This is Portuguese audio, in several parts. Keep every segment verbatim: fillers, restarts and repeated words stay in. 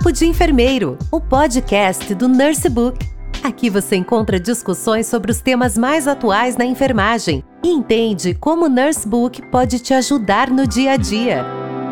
Papo de Enfermeiro, o podcast do Nursebook. Aqui você encontra discussões sobre os temas mais atuais na enfermagem e entende como o Nursebook pode te ajudar no dia a dia.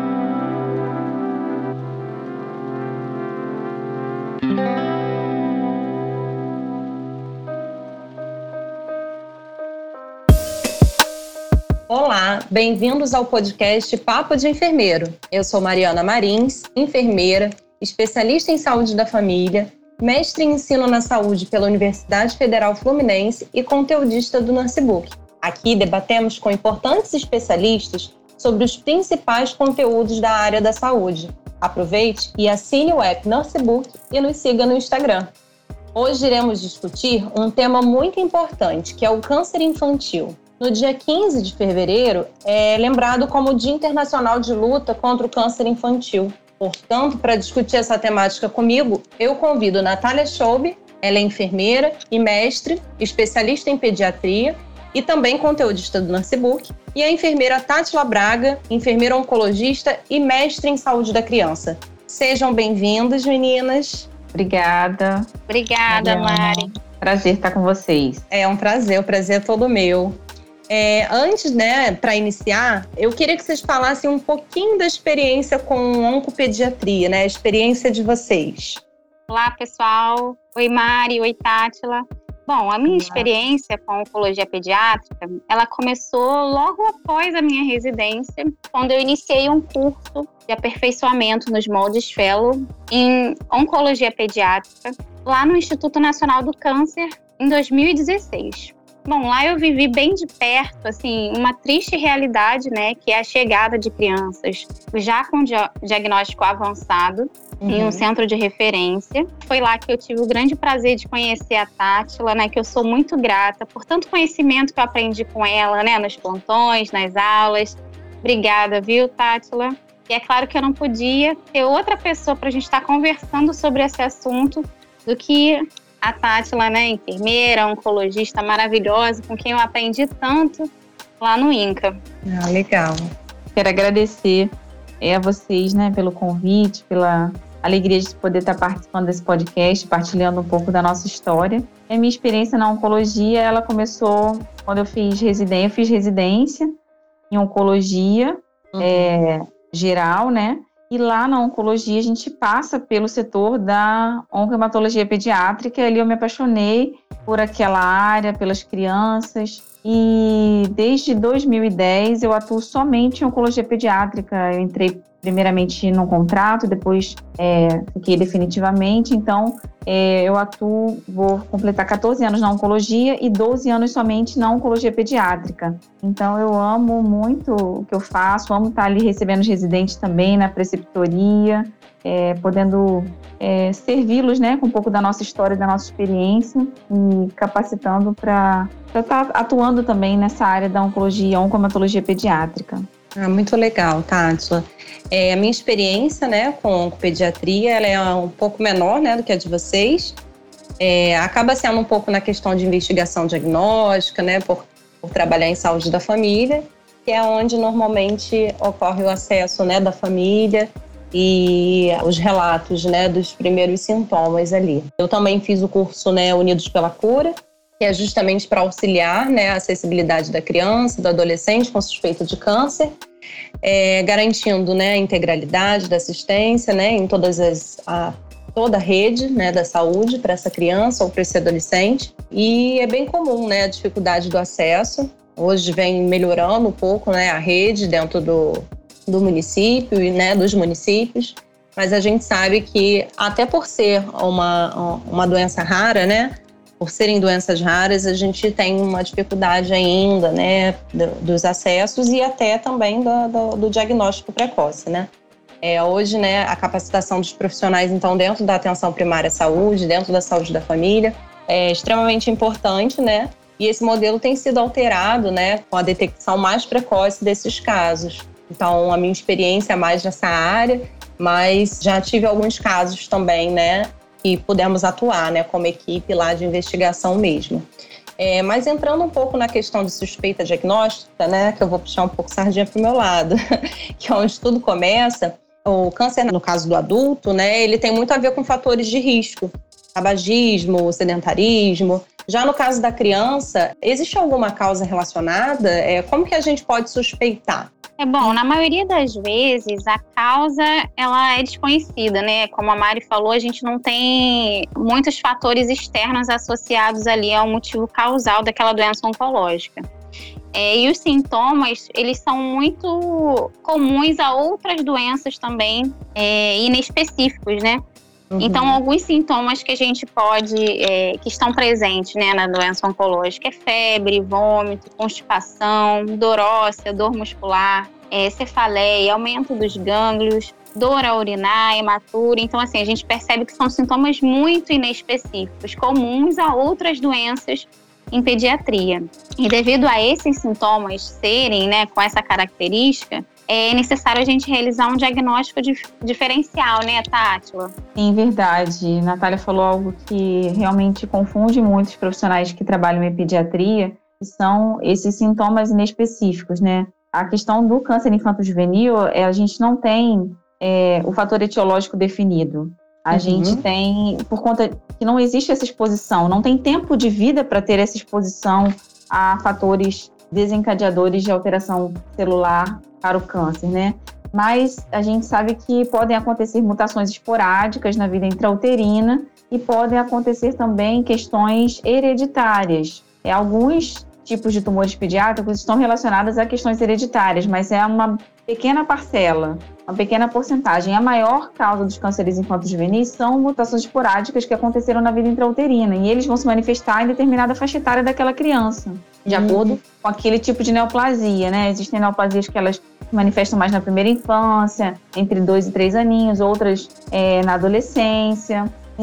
Olá, bem-vindos ao podcast Papo de Enfermeiro. Eu sou Mariana Marins, enfermeira, especialista em saúde da família, mestre em ensino na saúde pela Universidade Federal Fluminense e conteudista do Nursebook. Aqui debatemos com importantes especialistas sobre os principais conteúdos da área da saúde. Aproveite e assine o app Nursebook e nos siga no Instagram. Hoje iremos discutir um tema muito importante, que é o câncer infantil. No dia quinze de fevereiro, é lembrado como o Dia Internacional de Luta contra o Câncer Infantil. Portanto, para discutir essa temática comigo, eu convido Natália Schoube, ela é enfermeira e mestre, especialista em pediatria e também conteudista do Nursebook, e a enfermeira Tátila Braga, enfermeira oncologista e mestre em saúde da criança. Sejam bem-vindas, meninas. Obrigada. Obrigada, Mari. Prazer estar com vocês. É um prazer, o prazer é todo meu. É, antes, né, para iniciar, eu queria que vocês falassem um pouquinho da experiência com oncopediatria, né, a experiência de vocês. Olá, pessoal. Oi, Mari. Oi, Tátila. Bom, a minha Olá. experiência com oncologia pediátrica, ela começou logo após a minha residência, quando eu iniciei um curso de aperfeiçoamento nos moldes Fellow em oncologia pediátrica, lá no Instituto Nacional do Câncer, em dois mil e dezesseis. Bom, lá eu vivi bem de perto, assim, uma triste realidade, né, que é a chegada de crianças já com dia- diagnóstico avançado uhum. em um centro de referência. Foi lá que eu tive o grande prazer de conhecer a Tátila, né, que eu sou muito grata por tanto conhecimento que eu aprendi com ela, né, nos plantões, nas aulas. Obrigada, viu, Tátila? E é claro que eu não podia ter outra pessoa para a gente estar conversando sobre esse assunto do que a Tátila, né, enfermeira, oncologista maravilhosa, com quem eu aprendi tanto lá no INCA. Ah, legal. Quero agradecer é, a vocês, né, pelo convite, pela alegria de poder estar participando desse podcast, partilhando um pouco da nossa história. A minha experiência na oncologia, ela começou quando eu fiz residência, eu fiz residência em oncologia uhum. é, geral, né? E lá na oncologia a gente passa pelo setor da oncohematologia pediátrica. Ali eu me apaixonei por aquela área, pelas crianças. E desde dois mil e dez eu atuo somente em oncologia pediátrica. Eu entrei primeiramente num contrato, depois é, fiquei definitivamente. Então é, eu atuo, vou completar catorze anos na oncologia e doze anos somente na oncologia pediátrica. Então eu amo muito o que eu faço, amo estar ali recebendo os residentes também na preceptoria, é, podendo é, servi-los, né, com um pouco da nossa história, da nossa experiência e capacitando para estar atuando também nessa área da oncologia, oncohematologia pediátrica. Ah, muito legal, Tátila. É, a minha experiência, né, com oncopediatria, ela é um pouco menor, né, do que a de vocês. É, acaba sendo um pouco na questão de investigação diagnóstica, né, por, por trabalhar em saúde da família, que é onde normalmente ocorre o acesso, né, da família e os relatos, né, dos primeiros sintomas ali. Eu também fiz o curso, né, Unidos pela Cura, que é justamente para auxiliar, né, a acessibilidade da criança, do adolescente com suspeita de câncer, é, garantindo, né, a integralidade da assistência, né, em todas as, a, toda a rede, né, da saúde para essa criança ou para esse adolescente. E é bem comum, né, a dificuldade do acesso. Hoje vem melhorando um pouco, né, a rede dentro do, do município e, né, dos municípios, mas a gente sabe que até por ser uma, uma doença rara, né, por serem doenças raras, a gente tem uma dificuldade ainda, né, do, dos acessos e até também do, do, do diagnóstico precoce, né. É, hoje, né, a capacitação dos profissionais, então, dentro da atenção primária à saúde, dentro da saúde da família, é extremamente importante, né, e esse modelo tem sido alterado, né, com a detecção mais precoce desses casos. Então, a minha experiência é mais nessa área, mas já tive alguns casos também, né, que pudemos atuar, né, como equipe lá de investigação mesmo. É, mas entrando um pouco na questão de suspeita diagnóstica, né, que eu vou puxar um pouco sardinha para o meu lado, que é onde tudo começa, o câncer, no caso do adulto, né, ele tem muito a ver com fatores de risco. Tabagismo, sedentarismo. Já no caso da criança, existe alguma causa relacionada? É, como que a gente pode suspeitar? É bom, na maioria das vezes, a causa ela é desconhecida, né? Como a Mari falou, a gente não tem muitos fatores externos associados ali ao motivo causal daquela doença oncológica. É, e os sintomas, eles são muito comuns a outras doenças também, é, inespecíficos, né? Uhum. Então, alguns sintomas que a gente pode, é, que estão presentes, né, na doença oncológica é febre, vômito, constipação, dor óssea, dor muscular, é, cefaleia, aumento dos gânglios, dor a urinar, hematura. Então, assim, a gente percebe que são sintomas muito inespecíficos, comuns a outras doenças em pediatria. E devido a esses sintomas serem, né, com essa característica, é necessário a gente realizar um diagnóstico dif- diferencial, né, Tátila? Sim, verdade. Natália falou algo que realmente confunde muitos profissionais que trabalham em pediatria, que são esses sintomas inespecíficos, né? A questão do câncer infanto-juvenil, é, a gente não tem é, o fator etiológico definido. A uhum. gente tem, por conta que não existe essa exposição, não tem tempo de vida para ter essa exposição a fatores desencadeadores de alteração celular para o câncer, né? Mas a gente sabe que podem acontecer mutações esporádicas na vida intrauterina e podem acontecer também questões hereditárias. É, alguns tipos de tumores pediátricos estão relacionados a questões hereditárias, mas é uma pequena parcela, uma pequena porcentagem. A maior causa dos cânceres infanto-juvenis são mutações esporádicas que aconteceram na vida intrauterina e eles vão se manifestar em determinada faixa etária daquela criança, de uhum. acordo com aquele tipo de neoplasia, né? Existem neoplasias que elas se manifestam mais na primeira infância, entre dois e três aninhos, outras é, na adolescência.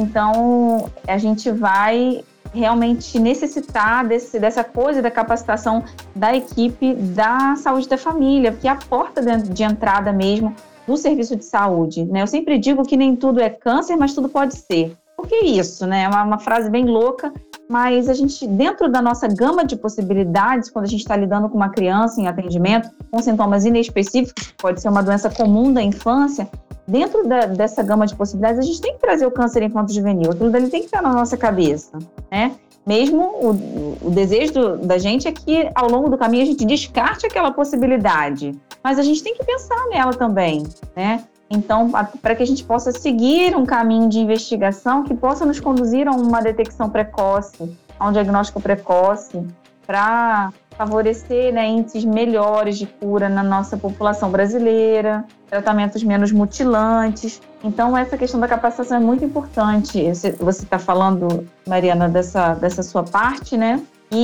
Então, a gente vai realmente necessitar desse, dessa coisa da capacitação da equipe da saúde da família, que é a porta de, de entrada mesmo do serviço de saúde, né? Eu sempre digo que nem tudo é câncer, mas tudo pode ser. Por que isso, né? É uma, uma frase bem louca, mas a gente, dentro da nossa gama de possibilidades, quando a gente está lidando com uma criança em atendimento, com sintomas inespecíficos, pode ser uma doença comum da infância, dentro da, dessa gama de possibilidades, a gente tem que trazer o câncer infanto-juvenil, aquilo dali tem que estar na nossa cabeça, né? Mesmo o, o desejo do, da gente é que, ao longo do caminho, a gente descarte aquela possibilidade, mas a gente tem que pensar nela também, né? Então, para que a gente possa seguir um caminho de investigação que possa nos conduzir a uma detecção precoce, a um diagnóstico precoce, para favorecer, né, índices melhores de cura na nossa população brasileira, tratamentos menos mutilantes. Então, essa questão da capacitação é muito importante. Você está falando, Mariana, dessa, dessa sua parte, né?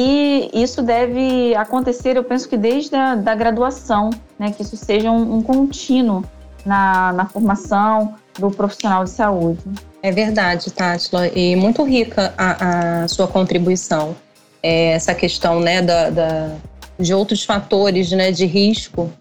E isso deve acontecer, eu penso que desde a da graduação, né, que isso seja um, um contínuo na, na formação do profissional de saúde. É verdade, Tátila, e muito rica a, a sua contribuição. É, essa questão, né, da, da, de outros fatores, né, de risco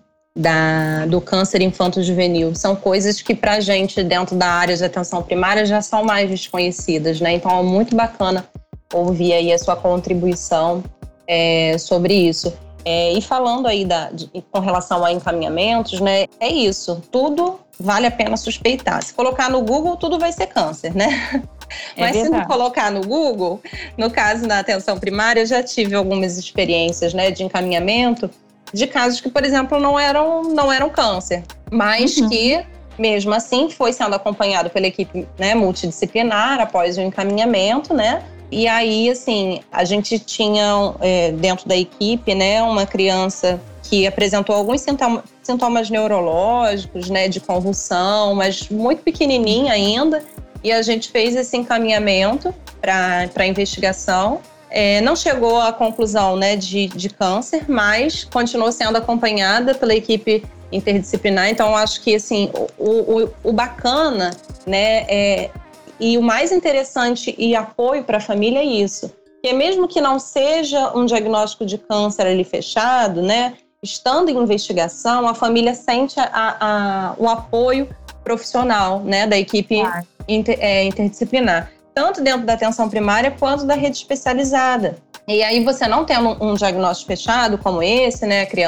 da, do câncer infanto-juvenil. São coisas que, para a gente, dentro da área de atenção primária, já são mais desconhecidas, né? Então, é muito bacana ouvir aí a sua contribuição é, sobre isso. É, e falando aí da, de, com relação a encaminhamentos, né, é isso, tudo vale a pena suspeitar. Se colocar no Google, tudo vai ser câncer, né? É Mas verdade. Se não colocar no Google, no caso da atenção primária, eu já tive algumas experiências, né, de encaminhamento de casos que, por exemplo, não eram, não eram câncer, mas uhum. que, mesmo assim, foi sendo acompanhado pela equipe, né, multidisciplinar após o encaminhamento, né? E aí, assim, a gente tinha é, dentro da equipe, né, uma criança que apresentou alguns sintoma, sintomas neurológicos, né, de convulsão, mas muito pequenininha ainda. E a gente fez esse encaminhamento para a investigação. É, não chegou à conclusão, né, de, de câncer, mas continuou sendo acompanhada pela equipe interdisciplinar. Então, eu acho que assim, o, o, o bacana, né, é, e o mais interessante e apoio para a família é isso. Porque mesmo que não seja um diagnóstico de câncer ali fechado, né, estando em investigação, a família sente a, a, o apoio profissional, né, da equipe ah. inter, é, interdisciplinar, tanto dentro da atenção primária quanto da rede especializada. E aí você não tendo um diagnóstico fechado como esse, né, a criança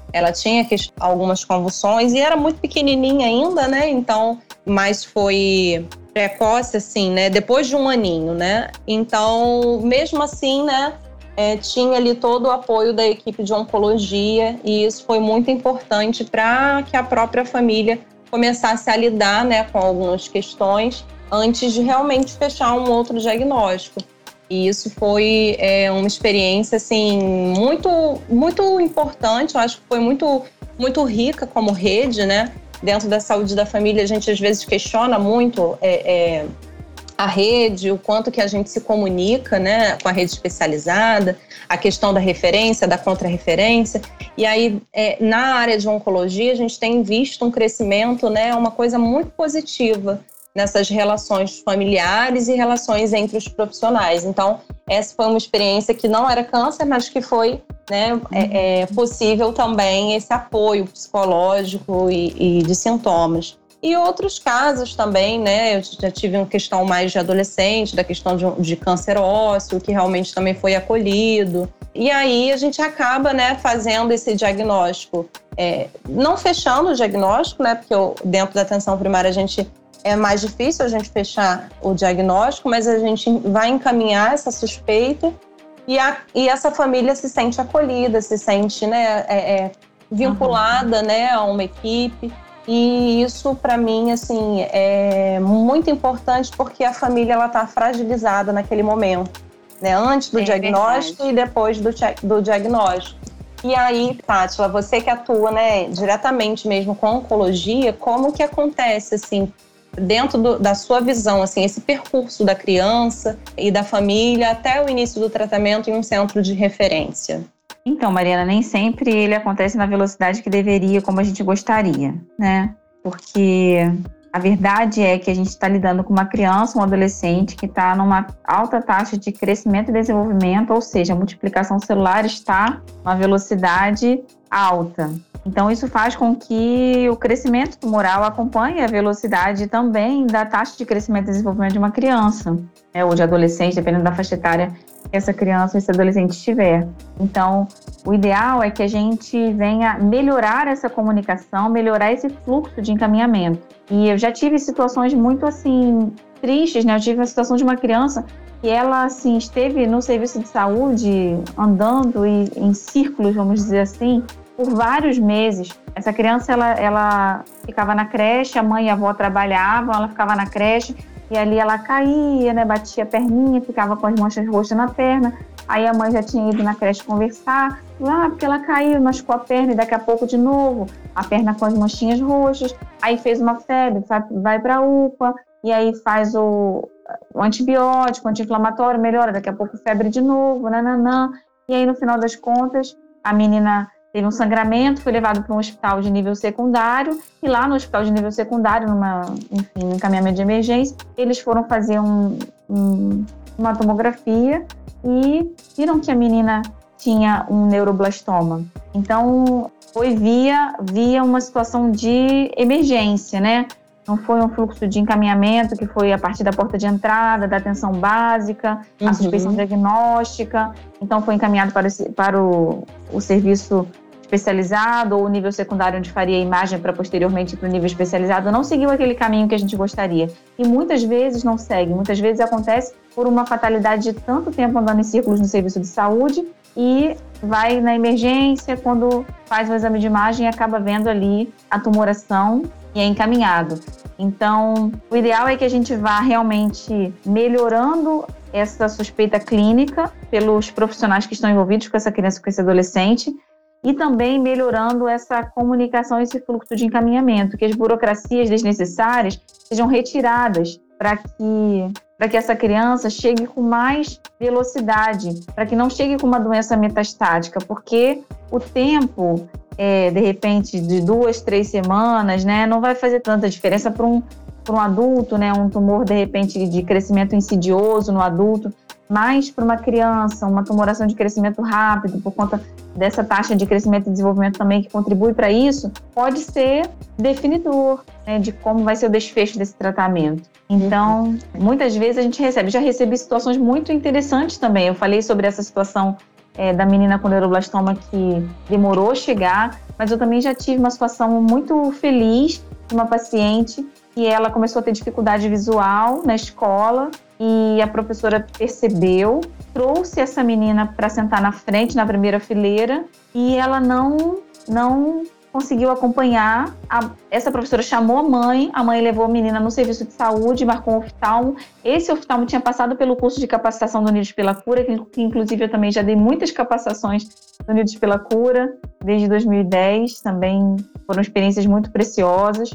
ela tinha algumas convulsões e era muito pequenininha ainda, né? Então, mas foi precoce, assim, né? Depois de um aninho, né? Então, mesmo assim, né? É, tinha ali todo o apoio da equipe de oncologia e isso foi muito importante para que a própria família começasse a lidar, né, com algumas questões antes de realmente fechar um outro diagnóstico. E isso foi é, uma experiência assim, muito, muito importante, eu acho que foi muito, muito rica como rede, né? Dentro da saúde da família, a gente às vezes questiona muito é, é, a rede, o quanto que a gente se comunica, né, com a rede especializada, a questão da referência, da contra-referência. E aí, é, na área de oncologia, a gente tem visto um crescimento, né, uma coisa muito positiva nessas relações familiares e relações entre os profissionais. Então, essa foi uma experiência que não era câncer, mas que foi, né, uhum. é, é possível também esse apoio psicológico e, e de sintomas. E outros casos também, né? Eu já tive uma questão mais de adolescente, da questão de, de câncer ósseo, que realmente também foi acolhido. E aí a gente acaba, né, fazendo esse diagnóstico, é, não fechando o diagnóstico, né? Porque dentro da atenção primária a gente é mais difícil a gente fechar o diagnóstico, mas a gente vai encaminhar essa suspeita e, a, e essa família se sente acolhida, se sente, né, é, é, vinculada, uhum. né, a uma equipe. E isso, para mim, assim, é muito importante porque a família ela está fragilizada naquele momento, né? Antes do é diagnóstico verdade. E depois do, do diagnóstico. E aí, Tátila, você que atua, né, diretamente mesmo com a oncologia, como que acontece, assim, dentro do, da sua visão, assim, esse percurso da criança e da família até o início do tratamento em um centro de referência? Então, Mariana, nem sempre ele acontece na velocidade que deveria, como a gente gostaria, né? Porque a verdade é que a gente está lidando com uma criança, um adolescente que está numa alta taxa de crescimento e desenvolvimento, ou seja, a multiplicação celular está numa velocidade alta. Então, isso faz com que o crescimento tumoral acompanhe a velocidade também da taxa de crescimento e desenvolvimento de uma criança, né, ou de adolescente, dependendo da faixa etária que essa criança ou esse adolescente estiver. Então, o ideal é que a gente venha melhorar essa comunicação, melhorar esse fluxo de encaminhamento. E eu já tive situações muito, assim, tristes, né? Eu tive a situação de uma criança que ela, assim, esteve no serviço de saúde andando e, em círculos, vamos dizer assim, por vários meses. Essa criança, ela, ela ficava na creche, a mãe e a avó trabalhavam, ela ficava na creche e ali ela caía, né, batia a perninha, ficava com as manchas roxas na perna. Aí a mãe já tinha ido na creche conversar, ah, porque ela caiu, machucou a perna e daqui a pouco de novo, a perna com as manchinhas roxas. Aí fez uma febre, vai para a U P A e aí faz o, o antibiótico, anti-inflamatório, melhora, daqui a pouco febre de novo, nananã. E aí no final das contas, a menina teve um sangramento, foi levado para um hospital de nível secundário e lá no hospital de nível secundário, numa, enfim, um encaminhamento de emergência, eles foram fazer um, um, uma tomografia e viram que a menina tinha um neuroblastoma. Então, foi via, via uma situação de emergência, né? Não foi um fluxo de encaminhamento que foi a partir da porta de entrada, da atenção básica, uhum. a suspeição diagnóstica. Então, foi encaminhado para, o, para o, o serviço especializado ou o nível secundário, onde faria a imagem para posteriormente ir para o nível especializado. Não seguiu aquele caminho que a gente gostaria. E muitas vezes não segue. Muitas vezes acontece por uma fatalidade de tanto tempo andando em círculos no serviço de saúde e vai na emergência, quando faz o exame de imagem, acaba vendo ali a tumoração e é encaminhado. Então, o ideal é que a gente vá realmente melhorando essa suspeita clínica pelos profissionais que estão envolvidos com essa criança, com esse adolescente, e também melhorando essa comunicação, esse fluxo de encaminhamento, que as burocracias desnecessárias sejam retiradas para que, para que essa criança chegue com mais velocidade, para que não chegue com uma doença metastática, porque o tempo, é, de repente, de duas, três semanas, né, não vai fazer tanta diferença para um, para um adulto, né, um tumor, de repente, de crescimento insidioso no adulto, mas para uma criança, uma tumoração de crescimento rápido, por conta dessa taxa de crescimento e desenvolvimento também que contribui para isso, pode ser definidor, né, de como vai ser o desfecho desse tratamento. Então, muitas vezes a gente recebe, já recebi situações muito interessantes também. Eu falei sobre essa situação é, da menina com neuroblastoma que demorou a chegar, mas eu também já tive uma situação muito feliz de uma paciente que ela começou a ter dificuldade visual na escola e a professora percebeu, trouxe essa menina para sentar na frente, na primeira fileira, e ela não, não conseguiu acompanhar. A, essa professora chamou a mãe, a mãe levou a menina no serviço de saúde, marcou um oftalmo. Esse oftalmo tinha passado pelo curso de capacitação do Unidos pela Cura, que, que inclusive eu também já dei muitas capacitações do Unidos pela Cura, desde dois mil e dez, também foram experiências muito preciosas.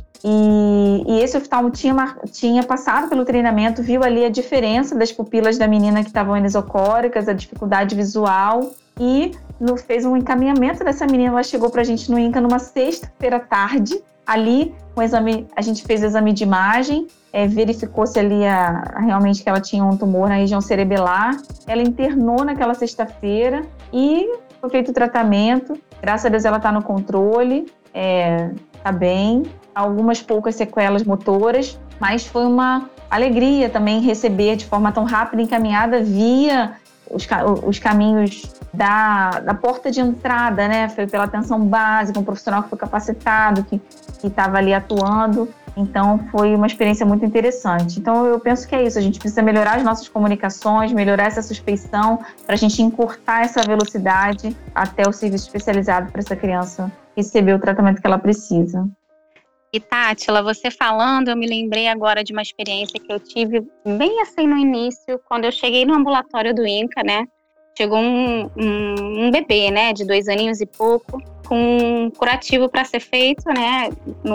E, e esse oftalmo tinha, tinha passado pelo treinamento, viu ali a diferença das pupilas da menina que estavam anisocóricas, a dificuldade visual, e no, fez um encaminhamento dessa menina. Ela chegou para a gente no INCA numa sexta-feira à tarde. Ali, com o exame, a gente fez o exame de imagem, é, verificou-se ali a, a, realmente que ela tinha um tumor na região cerebelar. Ela internou naquela sexta-feira e foi feito o tratamento. Graças a Deus ela está no controle, está é, tá bem. Algumas poucas sequelas motoras, mas foi uma alegria também receber de forma tão rápida e encaminhada via os, os caminhos da, da porta de entrada, né? Foi pela atenção básica, um profissional que foi capacitado, que estava ali atuando. Então, foi uma experiência muito interessante. Então, eu penso que é isso. A gente precisa melhorar as nossas comunicações, melhorar essa suspeição, para a gente encurtar essa velocidade até o serviço especializado para essa criança receber o tratamento que ela precisa. E, Tátila, você falando, eu me lembrei agora de uma experiência que eu tive bem assim no início, quando eu cheguei no ambulatório do INCA, né? Chegou um, um, um bebê, né, de dois aninhos e pouco, com um curativo para ser feito, né,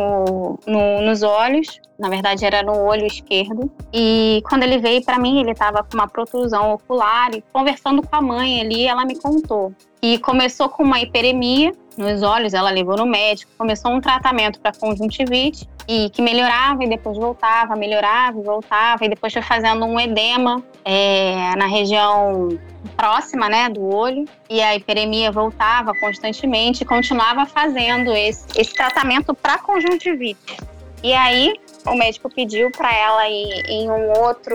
no, no, nos olhos. Na verdade, era no olho esquerdo. E quando ele veio para mim, ele estava com uma protrusão ocular. E conversando com a mãe ali, ela me contou. E começou com uma hiperemia nos olhos, ela levou no médico. Começou um tratamento para conjuntivite, e que melhorava e depois voltava, melhorava e voltava. E depois foi fazendo um edema é, na região próxima, né, do olho. E a hiperemia voltava constantemente e continuava fazendo esse, esse tratamento para conjuntivite. E aí, o médico pediu para ela ir em um outro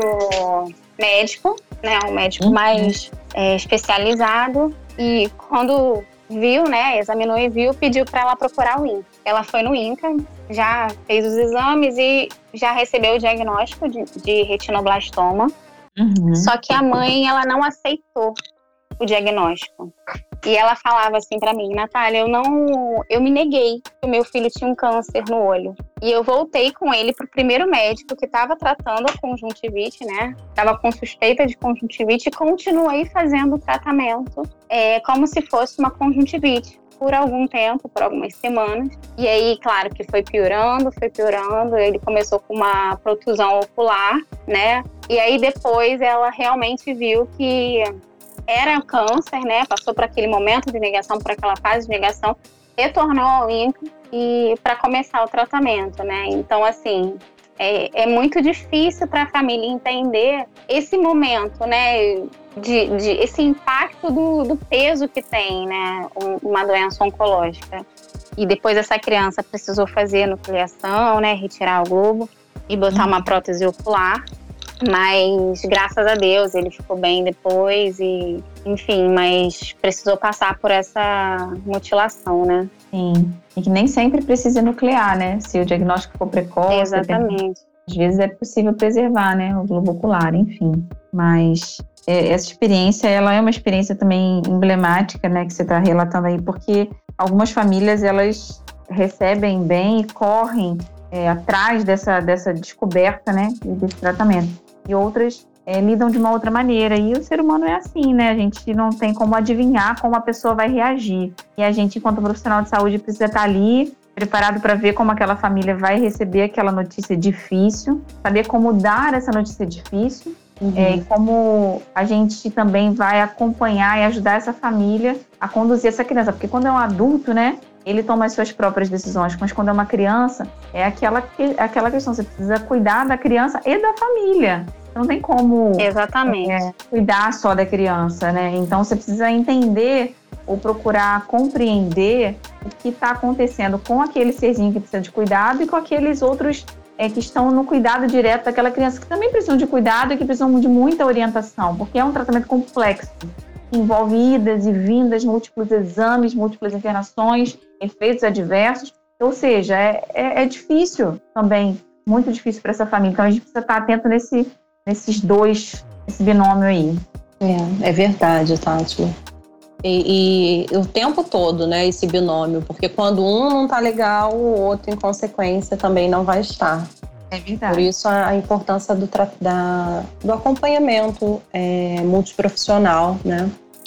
médico, né, um médico uhum. mais é, especializado. E quando viu, né, examinou e viu, pediu para ela procurar o INCA. Ela foi no INCA, já fez os exames e já recebeu o diagnóstico de, de retinoblastoma. Uhum. Só que a mãe, ela não aceitou o diagnóstico. E ela falava assim pra mim: Natália, eu não, eu me neguei que o meu filho tinha um câncer no olho. E eu voltei com ele pro primeiro médico que estava tratando a conjuntivite, né? Tava com suspeita de conjuntivite, e continuei fazendo o tratamento é, como se fosse uma conjuntivite por algum tempo, por algumas semanas. E aí, claro que foi piorando, foi piorando. Ele começou com uma protusão ocular, né? E aí depois ela realmente viu que era câncer, né? Passou por aquele momento de negação, por aquela fase de negação, retornou ao INCA e para começar o tratamento, né? Então, assim, é, é muito difícil para a família entender esse momento, né? De, de esse impacto do, do peso que tem, né? Uma doença oncológica. E depois essa criança precisou fazer nucleação, né? Retirar o globo e botar uma prótese ocular. Mas, graças a Deus, ele ficou bem depois e, enfim, mas precisou passar por essa mutilação, né? Sim, e que nem sempre precisa nuclear, né? Se o diagnóstico for precoce. Exatamente. Às vezes é possível preservar, né? O globo ocular, enfim. Mas é, essa experiência, ela é uma experiência também emblemática, né? Que você está relatando aí, porque algumas famílias, elas recebem bem e correm é, atrás dessa, dessa descoberta, né? E desse tratamento. E outras é, lidam de uma outra maneira. E o ser humano é assim, né? A gente não tem como adivinhar como a pessoa vai reagir. E a gente, enquanto profissional de saúde, precisa estar ali, preparado para ver como aquela família vai receber aquela notícia difícil, saber como dar essa notícia difícil, uhum. é, como a gente também vai acompanhar e ajudar essa família a conduzir essa criança. Porque quando é um adulto, né? Ele toma as suas próprias decisões, mas quando é uma criança, é aquela, que, aquela questão, você precisa cuidar da criança e da família. Não tem como Exatamente. É, cuidar só da criança, né? Então, você precisa entender ou procurar compreender o que está acontecendo com aquele serzinho que precisa de cuidado e com aqueles outros é, que estão no cuidado direto daquela criança, que também precisam de cuidado e que precisam de muita orientação, porque é um tratamento complexo. que envolve idas e vindas, múltiplos exames, múltiplas internações, efeitos adversos. Ou seja, é, é, é difícil também, muito difícil para essa família. Então, a gente precisa estar atento nesse, nesses dois, esse binômio aí. É, é verdade, Tátila. E, e o tempo todo, né, esse binômio, porque quando um não está legal, o outro, em consequência, também não vai estar. É verdade. Por isso, a, a importância do, tra- da, do acompanhamento é, multiprofissional, né?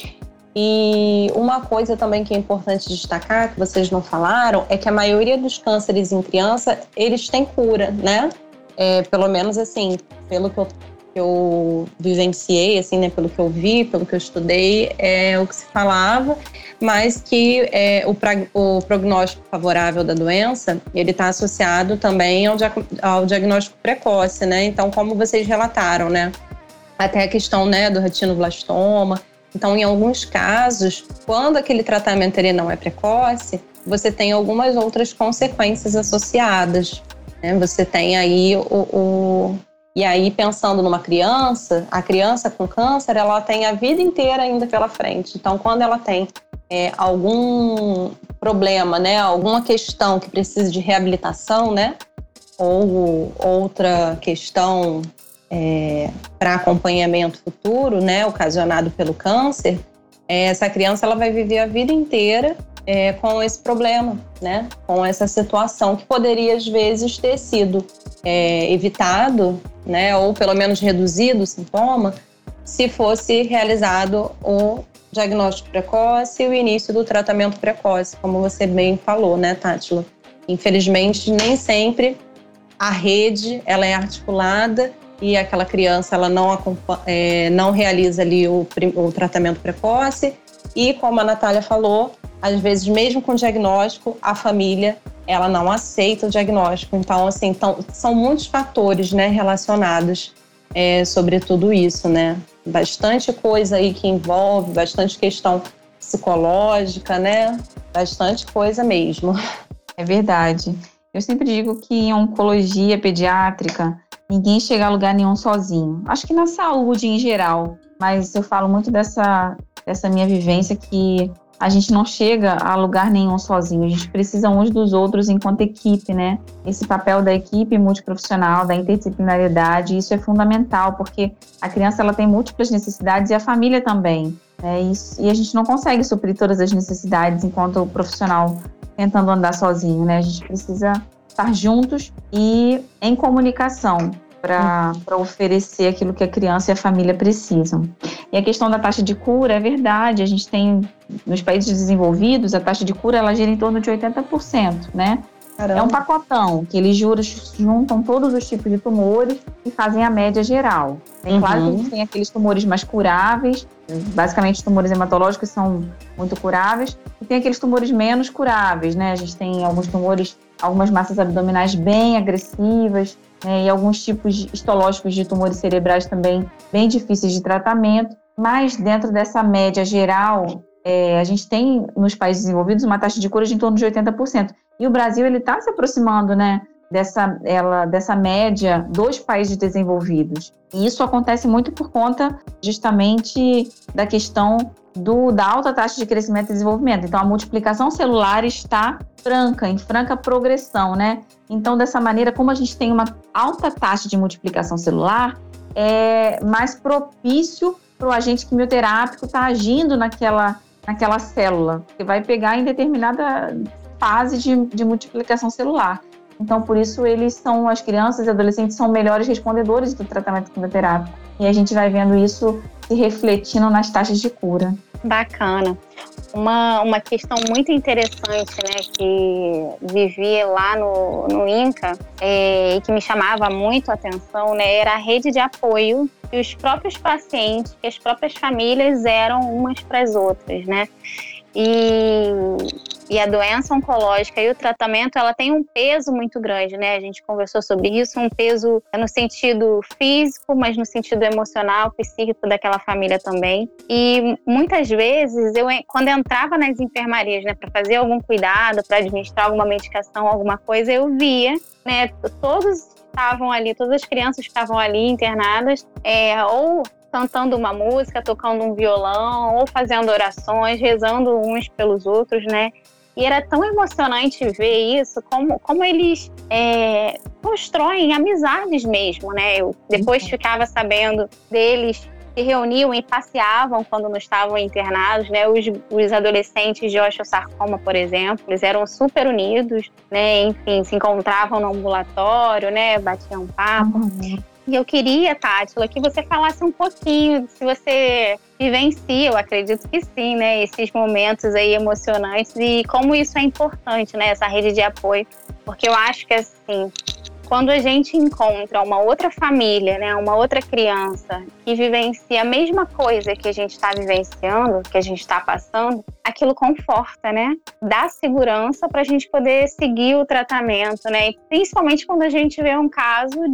E uma coisa também que é importante destacar, que vocês não falaram, é que a maioria dos cânceres em criança, eles têm cura, né? É, pelo menos assim, pelo que eu, que eu vivenciei, assim, né? Pelo que eu vi, pelo que eu estudei, é o que se falava, mas que é, o, pra, o prognóstico favorável da doença, ele está associado também ao, dia, ao diagnóstico precoce, né? Então, como vocês relataram, né? Até a questão, né, do retinoblastoma. Então, em alguns casos, quando aquele tratamento ele não é precoce, você tem algumas outras consequências associadas, né? Você tem aí o, o... E aí, pensando numa criança, a criança com câncer, ela tem a vida inteira ainda pela frente. Então, quando ela tem é, algum problema, né, alguma questão que precise de reabilitação, né, ou outra questão É, para acompanhamento futuro, né, ocasionado pelo câncer, é, essa criança ela vai viver a vida inteira é, com esse problema, né, com essa situação que poderia às vezes ter sido é, evitado, né, ou pelo menos reduzido o sintoma, se fosse realizado o diagnóstico precoce e o início do tratamento precoce, como você bem falou, né, Tátila? Infelizmente, nem sempre a rede ela é articulada e aquela criança ela não, é, não realiza ali o, o tratamento precoce e, como a Natália falou, às vezes mesmo com diagnóstico, a família ela não aceita o diagnóstico. Então, assim, tão, são muitos fatores, né, relacionados é, sobre tudo isso, né? Bastante coisa aí que envolve, bastante questão psicológica, né? Bastante coisa mesmo. É verdade. Eu sempre digo que em oncologia pediátrica, ninguém chega a lugar nenhum sozinho. Acho que na saúde em geral, mas eu falo muito dessa, dessa minha vivência que a gente não chega a lugar nenhum sozinho. A gente precisa uns dos outros enquanto equipe, né? Esse papel da equipe multiprofissional, da interdisciplinaridade, isso é fundamental, porque a criança ela tem múltiplas necessidades e a família também, né? Isso, e a gente não consegue suprir todas as necessidades enquanto o profissional tentando andar sozinho, né? A gente precisa estar juntos e em comunicação para oferecer aquilo que a criança e a família precisam. E a questão da taxa de cura é verdade, a gente tem, nos países desenvolvidos, a taxa de cura ela gira em torno de oitenta por cento, né? Caramba. É um pacotão, que eles juntam todos os tipos de tumores e fazem a média geral. É uhum. Claro que a gente tem aqueles tumores mais curáveis, basicamente os tumores hematológicos são muito curáveis, e tem aqueles tumores menos curáveis, né? A gente tem alguns tumores, algumas massas abdominais bem agressivas, né? E alguns tipos histológicos de tumores cerebrais também bem difíceis de tratamento, mas dentro dessa média geral, é, a gente tem nos países desenvolvidos uma taxa de cura de em torno de oitenta por cento. E o Brasil ele está se aproximando, né, dessa, ela, dessa média dos países desenvolvidos. E isso acontece muito por conta justamente da questão do, da alta taxa de crescimento e desenvolvimento. Então, a multiplicação celular está franca, em franca progressão, né? Então, dessa maneira, como a gente tem uma alta taxa de multiplicação celular, é mais propício para o agente quimioterápico estar tá agindo naquela, naquela célula, que vai pegar em determinada fase de, de multiplicação celular. Então, por isso, eles são, as crianças e adolescentes são melhores respondedores do tratamento quimioterápico. E a gente vai vendo isso se refletindo nas taxas de cura. Bacana. Uma, uma questão muito interessante, né, que vivi lá no, no INCA é, e que me chamava muito a atenção, né, era a rede de apoio que os próprios pacientes, que as próprias famílias eram umas para as outras, né? E, e a doença oncológica e o tratamento, ela tem um peso muito grande, né? A gente conversou sobre isso, um peso no sentido físico, mas no sentido emocional, psíquico daquela família também. E muitas vezes, eu, quando eu entrava nas enfermarias, né, para fazer algum cuidado, para administrar alguma medicação, alguma coisa, eu via, né, todos estavam ali, todas as crianças estavam ali internadas, é, ou cantando uma música, tocando um violão, ou fazendo orações, rezando uns pelos outros, né? E era tão emocionante ver isso, como, como eles é, constroem amizades mesmo, né? Eu depois uhum. ficava sabendo deles se reuniam e passeavam quando não estavam internados, né? Os, os adolescentes de osteosarcoma, por exemplo, eles eram super unidos, né? Enfim, se encontravam no ambulatório, né? Batiam papo. Uhum. E eu queria, Tátila, que você falasse um pouquinho, se você vivencia, eu acredito que sim, né? Esses momentos aí emocionantes e como isso é importante, né? Essa rede de apoio. Porque eu acho que, assim, quando a gente encontra uma outra família, né? Uma outra criança que vivencia a mesma coisa que a gente está vivenciando, que a gente está passando, aquilo conforta, né? Dá segurança para a gente poder seguir o tratamento, né? E principalmente quando a gente vê um caso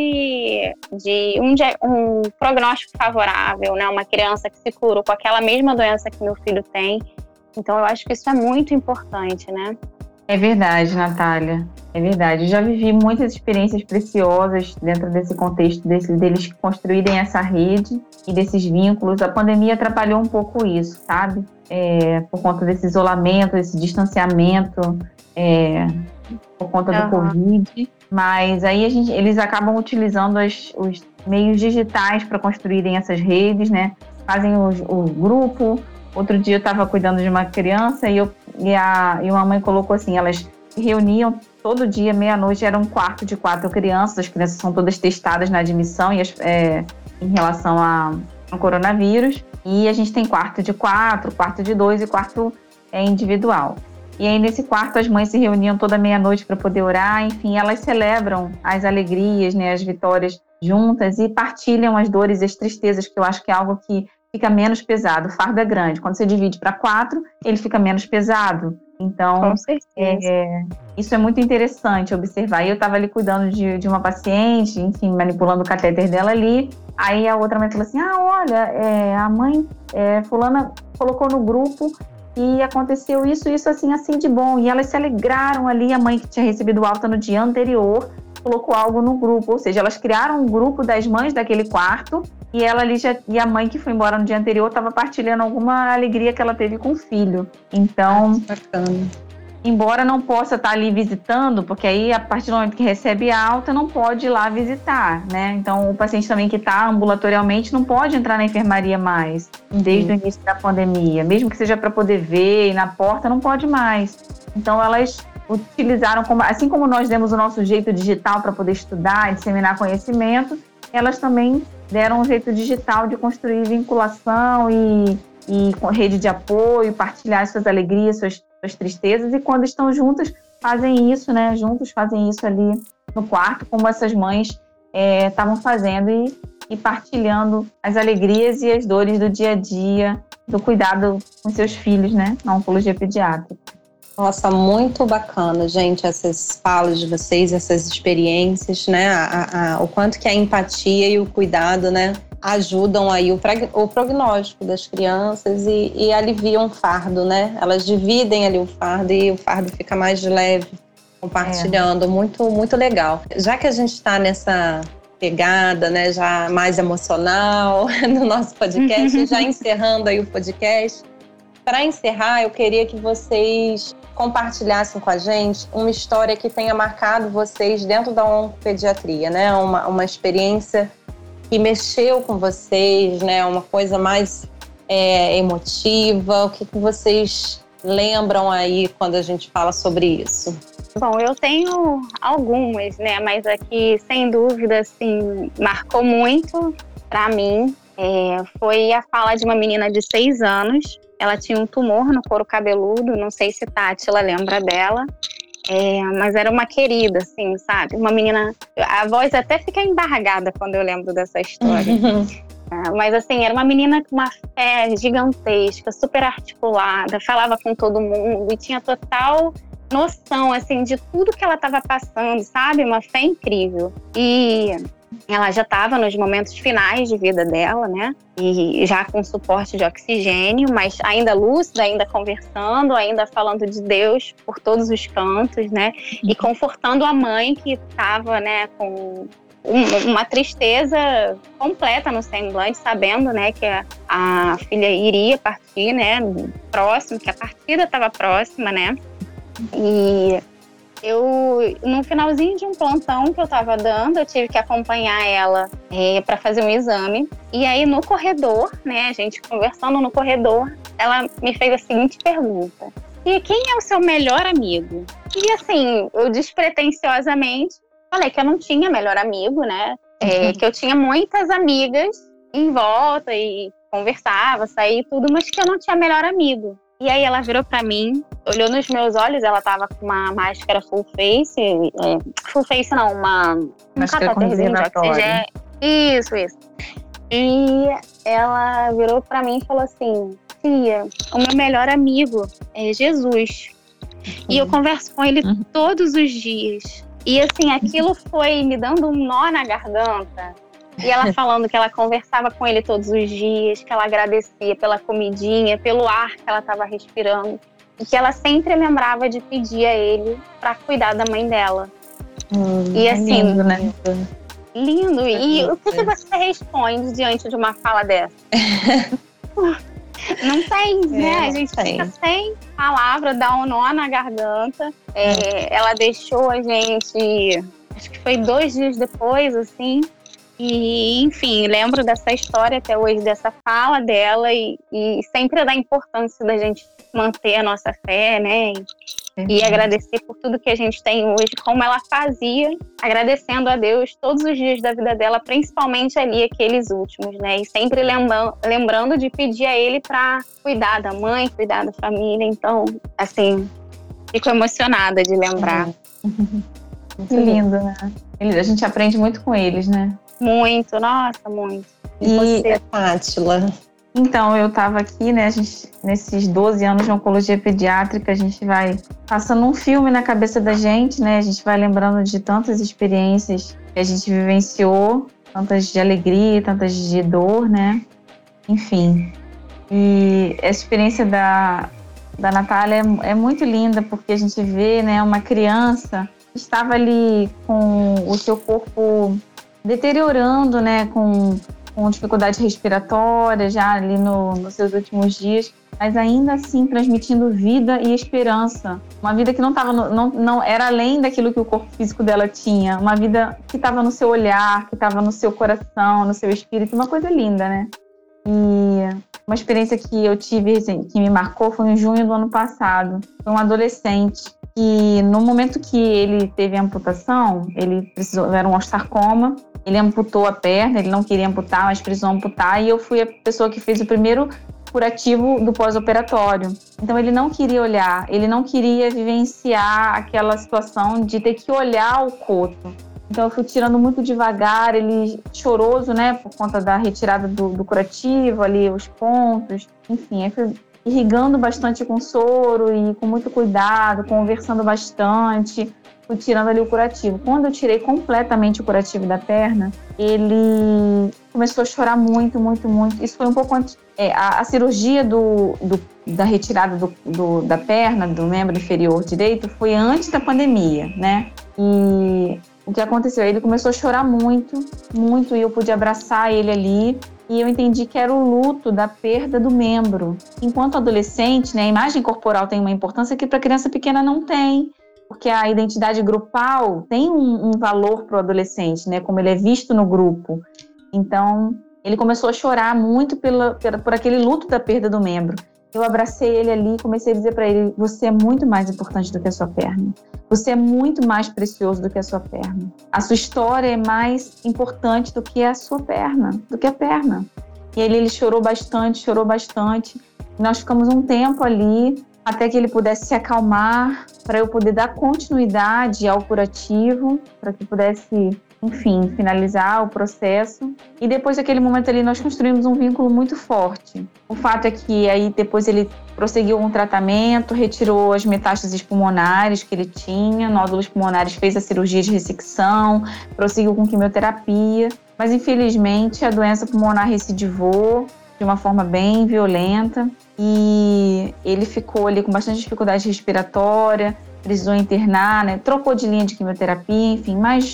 de, de um, um prognóstico favorável, né? Uma criança que se curou com aquela mesma doença que meu filho tem. Então, eu acho que isso é muito importante, né? É verdade, Natália. É verdade. Eu já vivi muitas experiências preciosas dentro desse contexto desse, deles construírem essa rede e desses vínculos. A pandemia atrapalhou um pouco isso, sabe? É, por conta desse isolamento, desse distanciamento, é, por conta do uhum. Covid. Mas aí a gente, eles acabam utilizando as, os meios digitais para construírem essas redes, né? Fazem o, o grupo. Outro dia eu estava cuidando de uma criança e, eu, e, a, e uma mãe colocou assim, elas se reuniam todo dia, meia-noite, era um quarto de quatro crianças, as crianças são todas testadas na admissão e as, é, em relação a, ao coronavírus, e a gente tem quarto de quatro, quarto de dois e quarto é, individual. E aí nesse quarto as mães se reuniam toda meia-noite para poder orar, enfim, elas celebram as alegrias, né, as vitórias juntas e partilham as dores e as tristezas, que eu acho que é algo que fica menos pesado. O fardo é grande. Quando você divide para quatro, ele fica menos pesado. Então, com certeza. É, isso é muito interessante observar. E eu estava ali cuidando de, de uma paciente, enfim, manipulando o catéter dela ali. Aí a outra mãe falou assim, ah, olha, é, a mãe é, fulana colocou no grupo e aconteceu isso, isso, assim, assim de bom. E elas se alegraram ali, a mãe que tinha recebido alta no dia anterior colocou algo no grupo. Ou seja, elas criaram um grupo das mães daquele quarto e ela ali já, e a mãe que foi embora no dia anterior estava partilhando alguma alegria que ela teve com o filho. Então, bacana. Embora não possa estar ali visitando, porque aí a partir do momento que recebe a alta não pode ir lá visitar, né? Então o paciente também que está ambulatorialmente não pode entrar na enfermaria mais, uhum. desde o início da pandemia, mesmo que seja para poder ver, ir na porta, não pode mais. Então elas utilizaram, como, assim como nós demos o nosso jeito digital para poder estudar e disseminar conhecimento, elas também deram um jeito digital de construir vinculação e, e com rede de apoio, partilhar suas alegrias, suas, suas tristezas, e quando estão juntas, fazem isso, né? Juntos fazem isso ali no quarto, como essas mães estavam é, fazendo e, e partilhando as alegrias e as dores do dia a dia, do cuidado com seus filhos, né? Na oncologia pediátrica. Nossa, muito bacana, gente, essas falas de vocês, essas experiências, né? A, a, o quanto que a empatia e o cuidado, né, ajudam aí o, o prognóstico das crianças e, e aliviam o fardo, né? Elas dividem ali o fardo e o fardo fica mais leve, compartilhando. É. Muito, muito legal. Já que a gente está nessa pegada, né, já mais emocional no nosso podcast, já encerrando aí o podcast, para encerrar, eu queria que vocês compartilhassem com a gente uma história que tenha marcado vocês dentro da oncopediatria, né? Uma, uma experiência que mexeu com vocês, né? Uma coisa mais é, emotiva. O que, que vocês lembram aí quando a gente fala sobre isso? Bom, eu tenho algumas, né? Mas aqui, sem dúvida, assim, marcou muito para mim. É, foi a fala de uma menina de seis anos. Ela tinha um tumor no couro cabeludo, não sei se Tátila lembra dela, é, mas era uma querida, assim, sabe? Uma menina... A voz até fica embargada quando eu lembro dessa história. É, mas, assim, era uma menina com uma fé gigantesca, super articulada, falava com todo mundo e tinha total noção, assim, de tudo que ela estava passando, sabe? Uma fé incrível. E... ela já estava nos momentos finais de vida dela, né? E já com suporte de oxigênio, mas ainda lúcida, ainda conversando, ainda falando de Deus por todos os cantos, né? E confortando a mãe que estava, né, com um, uma tristeza completa no semblante, sabendo, né, que a, a filha iria partir, né, próximo, que a partida estava próxima, né, e eu, no finalzinho de um plantão que eu estava dando, eu tive que acompanhar ela é, para fazer um exame. E aí, no corredor, né, a gente conversando no corredor, ela me fez a seguinte pergunta: e quem é o seu melhor amigo? E assim, eu despretensiosamente falei que eu não tinha melhor amigo, né, é, que eu tinha muitas amigas em volta e conversava, saía e tudo, mas que eu não tinha melhor amigo. E aí ela virou pra mim, olhou nos meus olhos, ela tava com uma máscara full face, é, full face não, uma, um catéterzinho de oxigênio. Isso, isso. E ela virou pra mim e falou assim: tia, o meu melhor amigo é Jesus. Uhum. E eu converso com ele uhum. todos os dias. E assim, aquilo foi me dando um nó na garganta. E ela falando que ela conversava com ele todos os dias, que ela agradecia pela comidinha, pelo ar que ela estava respirando. E que ela sempre lembrava de pedir a ele para cuidar da mãe dela. Hum, e assim, lindo, né? Lindo. É e lindo. O que, que você responde diante de uma fala dessa? Não tem, é, né? A gente tem. Fica sem palavra, dá um nó na garganta. É, ela deixou a gente, acho que foi dois dias depois, assim. E, enfim, lembro dessa história até hoje, dessa fala dela e, e sempre da importância da gente manter a nossa fé, né? E, e agradecer por tudo que a gente tem hoje, como ela fazia, agradecendo a Deus todos os dias da vida dela, principalmente ali aqueles últimos, né? E sempre lembrando, lembrando de pedir a Ele para cuidar da mãe, cuidar da família. Então, assim, fico emocionada de lembrar. Uhum. Muito lindo, né? A gente aprende muito com eles, né? Muito, nossa, muito. E, e você, Tátila? Então, eu estava aqui, né, a gente, nesses doze anos de oncologia pediátrica, a gente vai passando um filme na cabeça da gente, né, a gente vai lembrando de tantas experiências que a gente vivenciou, tantas de alegria, tantas de dor, né, enfim. E essa experiência da, da Natália é, é muito linda, porque a gente vê, né, uma criança que estava ali com o seu corpo deteriorando, né, com, com dificuldade respiratória já ali no, nos seus últimos dias, mas ainda assim transmitindo vida e esperança. Uma vida que não, tava no, não, não era além daquilo que o corpo físico dela tinha, uma vida que estava no seu olhar, que estava no seu coração, no seu espírito, uma coisa linda, né? E uma experiência que eu tive, assim, que me marcou, foi em junho do ano passado. Foi um adolescente que, no momento que ele teve a amputação, ele precisou, era um osteosarcoma, ele amputou a perna, ele não queria amputar, mas precisou amputar, e eu fui a pessoa que fez o primeiro curativo do pós-operatório. Então ele não queria olhar, ele não queria vivenciar aquela situação de ter que olhar o coto. Então eu fui tirando muito devagar, ele choroso, né, por conta da retirada do, do curativo, ali os pontos, enfim, aí fui irrigando bastante com soro e com muito cuidado, conversando bastante, fui tirando ali o curativo. Quando eu tirei completamente o curativo da perna, ele começou a chorar muito, muito, muito. Isso foi um pouco antes. É, a, a cirurgia do, do, da retirada do, do, da perna, do membro inferior direito, foi antes da pandemia, né? E o que aconteceu? Ele começou a chorar muito, muito, e eu pude abraçar ele ali. E eu entendi que era o luto da perda do membro. Enquanto adolescente, né, a imagem corporal tem uma importância que para criança pequena não tem. Porque a identidade grupal tem um, um valor para o adolescente, né? Como ele é visto no grupo. Então, ele começou a chorar muito pela, pela, por aquele luto da perda do membro. Eu abracei ele ali e comecei a dizer para ele: você é muito mais importante do que a sua perna. Você é muito mais precioso do que a sua perna. A sua história é mais importante do que a sua perna, do que a perna. E ele, ele chorou bastante, chorou bastante. Nós ficamos um tempo ali, até que ele pudesse se acalmar, para eu poder dar continuidade ao curativo, para que pudesse, enfim, finalizar o processo. E depois daquele momento ali, nós construímos um vínculo muito forte. O fato é que aí depois ele prosseguiu com o tratamento, retirou as metástases pulmonares que ele tinha, nódulos pulmonares, fez a cirurgia de ressecção, prosseguiu com quimioterapia, mas infelizmente a doença pulmonar recidivou de uma forma bem violenta e ele ficou ali com bastante dificuldade respiratória, precisou internar, né? Trocou de linha de quimioterapia, enfim, mas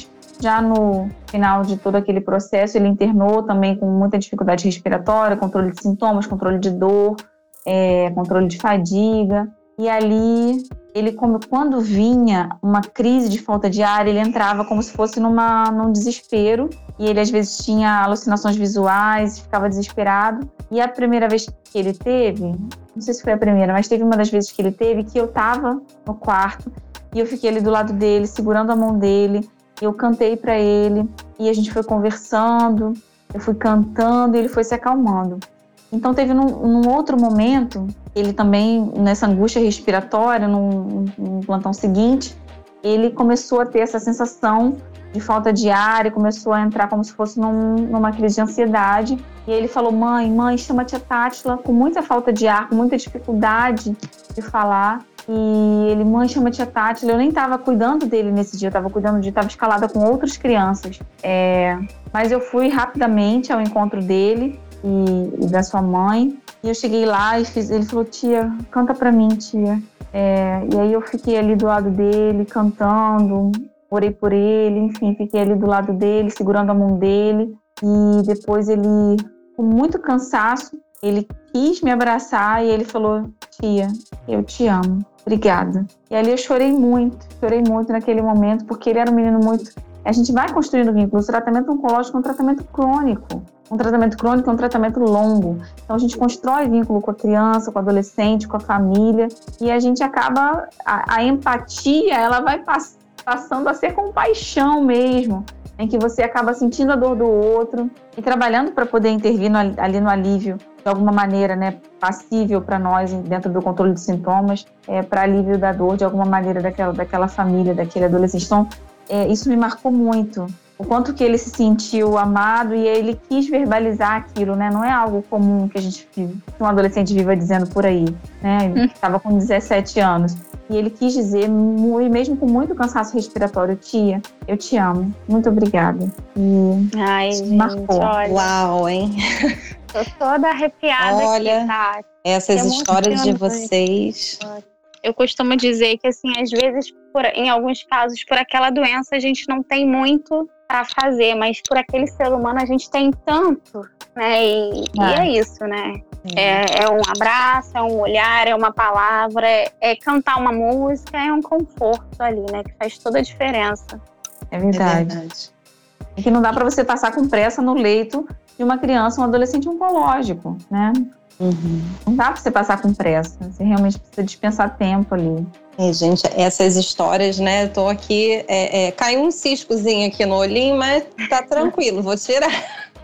já no final de todo aquele processo, ele internou também com muita dificuldade respiratória, controle de sintomas, controle de dor, é, controle de fadiga. E ali, ele, como, quando vinha uma crise de falta de ar, ele entrava como se fosse numa, num desespero. E ele, às vezes, tinha alucinações visuais, ficava desesperado. E a primeira vez que ele teve, não sei se foi a primeira, mas teve uma das vezes que ele teve, que eu estava no quarto e eu fiquei ali do lado dele, segurando a mão dele. Eu cantei para ele e a gente foi conversando, eu fui cantando e ele foi se acalmando. Então teve num, num outro momento, ele também, nessa angústia respiratória, no, no plantão seguinte, ele começou a ter essa sensação de falta de ar e começou a entrar como se fosse num, numa crise de ansiedade. E aí ele falou, mãe, mãe, chama a tia Tátila, com muita falta de ar, com muita dificuldade de falar. E ele, mãe, chama a tia Tátila. Eu nem estava cuidando dele nesse dia, eu estava cuidando de, estava escalada com outras crianças. É, mas eu fui rapidamente ao encontro dele e, e da sua mãe. E eu cheguei lá e fiz, ele falou, tia, canta pra mim, tia. É, e aí eu fiquei ali do lado dele, cantando, orei por ele, enfim, fiquei ali do lado dele, segurando a mão dele. E depois ele, com muito cansaço, ele quis me abraçar e ele falou, tia, eu te amo, obrigada. E ali eu chorei muito, chorei muito naquele momento, porque ele era um menino muito... A gente vai construindo vínculos. O tratamento oncológico é um tratamento crônico. Um tratamento crônico é um tratamento longo. Então a gente constrói vínculo com a criança, com o adolescente, com a família, e a gente acaba... A, a empatia, ela vai pass, passando a ser compaixão mesmo, em que você acaba sentindo a dor do outro e trabalhando para poder intervir no, ali no alívio, de alguma maneira, né, passível para nós, dentro do controle de sintomas, é, para alívio da dor, de alguma maneira, daquela, daquela família, daquele adolescente. Então, é, isso me marcou muito. O quanto que ele se sentiu amado e ele quis verbalizar aquilo, né? Não é algo comum que a gente vive, que um adolescente viva dizendo por aí, né? Ele estava com dezessete anos. E ele quis dizer, mesmo com muito cansaço respiratório, tia, eu te amo, muito obrigada. E Ai, isso gente, marcou. Olha, Uau, hein? tô toda arrepiada Olha, aqui, tá? essas histórias de Emocionante. vocês. Eu costumo dizer que, assim, às vezes, por, em alguns casos, por aquela doença, a gente não tem muito para fazer, mas por aquele ser humano a gente tem tanto, né? E, Ah. e é isso, né? É, é um abraço, é um olhar, é uma palavra, é, é cantar uma música, é um conforto ali, né? Que faz toda a diferença. É É verdade. verdade. E que não dá para você passar com pressa no leito de uma criança, um adolescente oncológico, né? Uhum. Não dá para você passar com pressa. Você realmente precisa dispensar tempo ali. É, gente, essas histórias, né? Eu tô aqui, é, é, caiu um ciscozinho aqui no olhinho, mas tá tranquilo, vou tirar.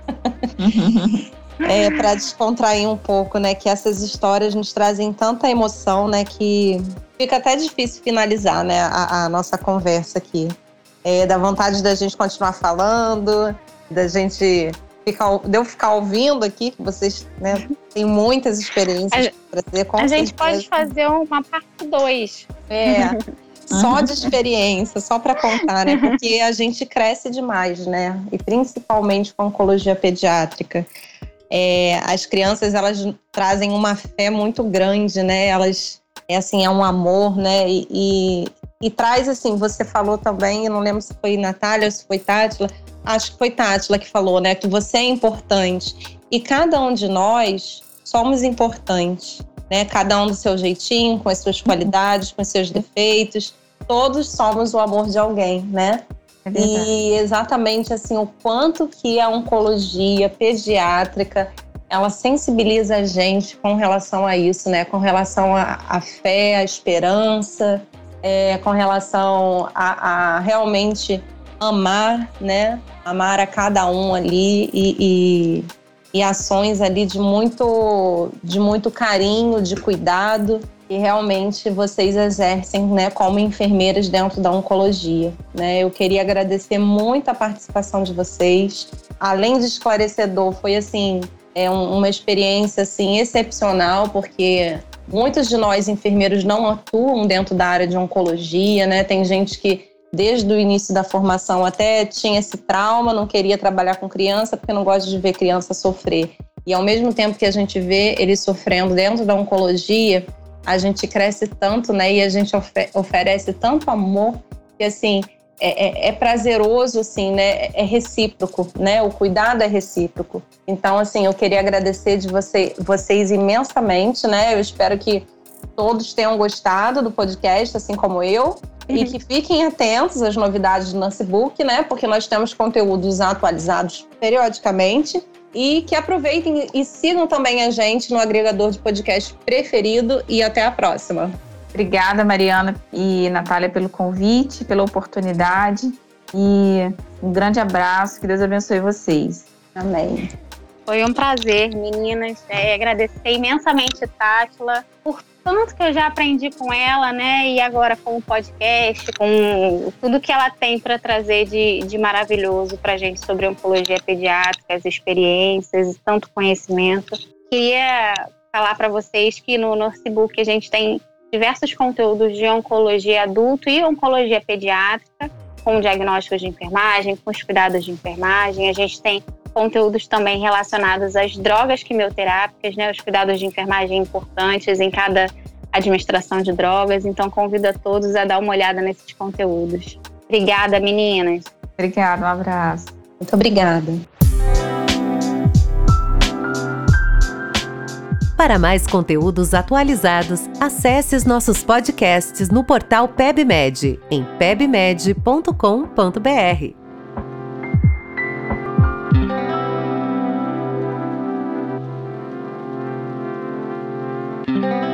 É, para descontrair um pouco, né? Que essas histórias nos trazem tanta emoção, né? Que fica até difícil finalizar, né? A, a nossa conversa aqui. É, dá vontade da gente continuar falando, da gente ficar, de eu ficar ouvindo aqui, que vocês, né, têm muitas experiências para trazer. Com a gente certeza. pode fazer uma parte dois. É, só de experiência, só para contar, né? Porque a gente cresce demais, né? E principalmente com a oncologia pediátrica. É, as crianças, elas trazem uma fé muito grande, né? Elas, é assim, é um amor, né? E, e, e traz, assim, você falou também, eu não lembro se foi Natália ou se foi Tátila, acho que foi Tátila que falou, né? Que você é importante. E cada um de nós somos importantes, né? Cada um do seu jeitinho, com as suas qualidades, com os seus defeitos. Todos somos o amor de alguém, né? É verdade. E exatamente assim, o quanto que a oncologia pediátrica, ela sensibiliza a gente com relação a isso, né? Com relação à fé, à esperança, é, com relação a, a realmente amar, né? Amar a cada um ali e, e, e ações ali de muito, de muito carinho, de cuidado. E realmente vocês exercem, né, como enfermeiras dentro da oncologia, né? Eu queria agradecer muito a participação de vocês. Além de esclarecedor, foi assim, é um, uma experiência assim excepcional, porque muitos de nós enfermeiros não atuam dentro da área de oncologia, né? Tem gente que desde o início da formação até tinha esse trauma, não queria trabalhar com criança porque não gosta de ver criança sofrer. E ao mesmo tempo que a gente vê eles sofrendo dentro da oncologia, a gente cresce tanto, né? E a gente ofe- oferece tanto amor que, assim, é, é, é prazeroso, assim, né? É recíproco, né? O cuidado é recíproco. Então, assim, eu queria agradecer de você, vocês imensamente, né? Eu espero que todos tenham gostado do podcast, assim como eu. E que fiquem atentos às novidades do Nurse Book, né? Porque nós temos conteúdos atualizados periodicamente. E que aproveitem e sigam também a gente no agregador de podcast preferido. E até a próxima. Obrigada, Mariana e Natália, pelo convite, pela oportunidade. E um grande abraço. Que Deus abençoe vocês. Amém. Foi um prazer, meninas. É, agradecer imensamente a Tátila por tanto que eu já aprendi com ela, né? E agora com o podcast, com tudo que ela tem para trazer de, de maravilhoso para a gente sobre oncologia pediátrica, as experiências e tanto conhecimento. Queria falar para vocês que no Nurse Book a gente tem diversos conteúdos de oncologia adulto e oncologia pediátrica, com diagnósticos de enfermagem, com os cuidados de enfermagem. A gente tem conteúdos também relacionados às drogas quimioterápicas, né, os cuidados de enfermagem importantes em cada administração de drogas. Então, convido a todos a dar uma olhada nesses conteúdos. Obrigada, meninas. Obrigada, um abraço. Muito obrigada. Para mais conteúdos atualizados, acesse os nossos podcasts no portal PebMed, em pebmed ponto com ponto br. Thank you.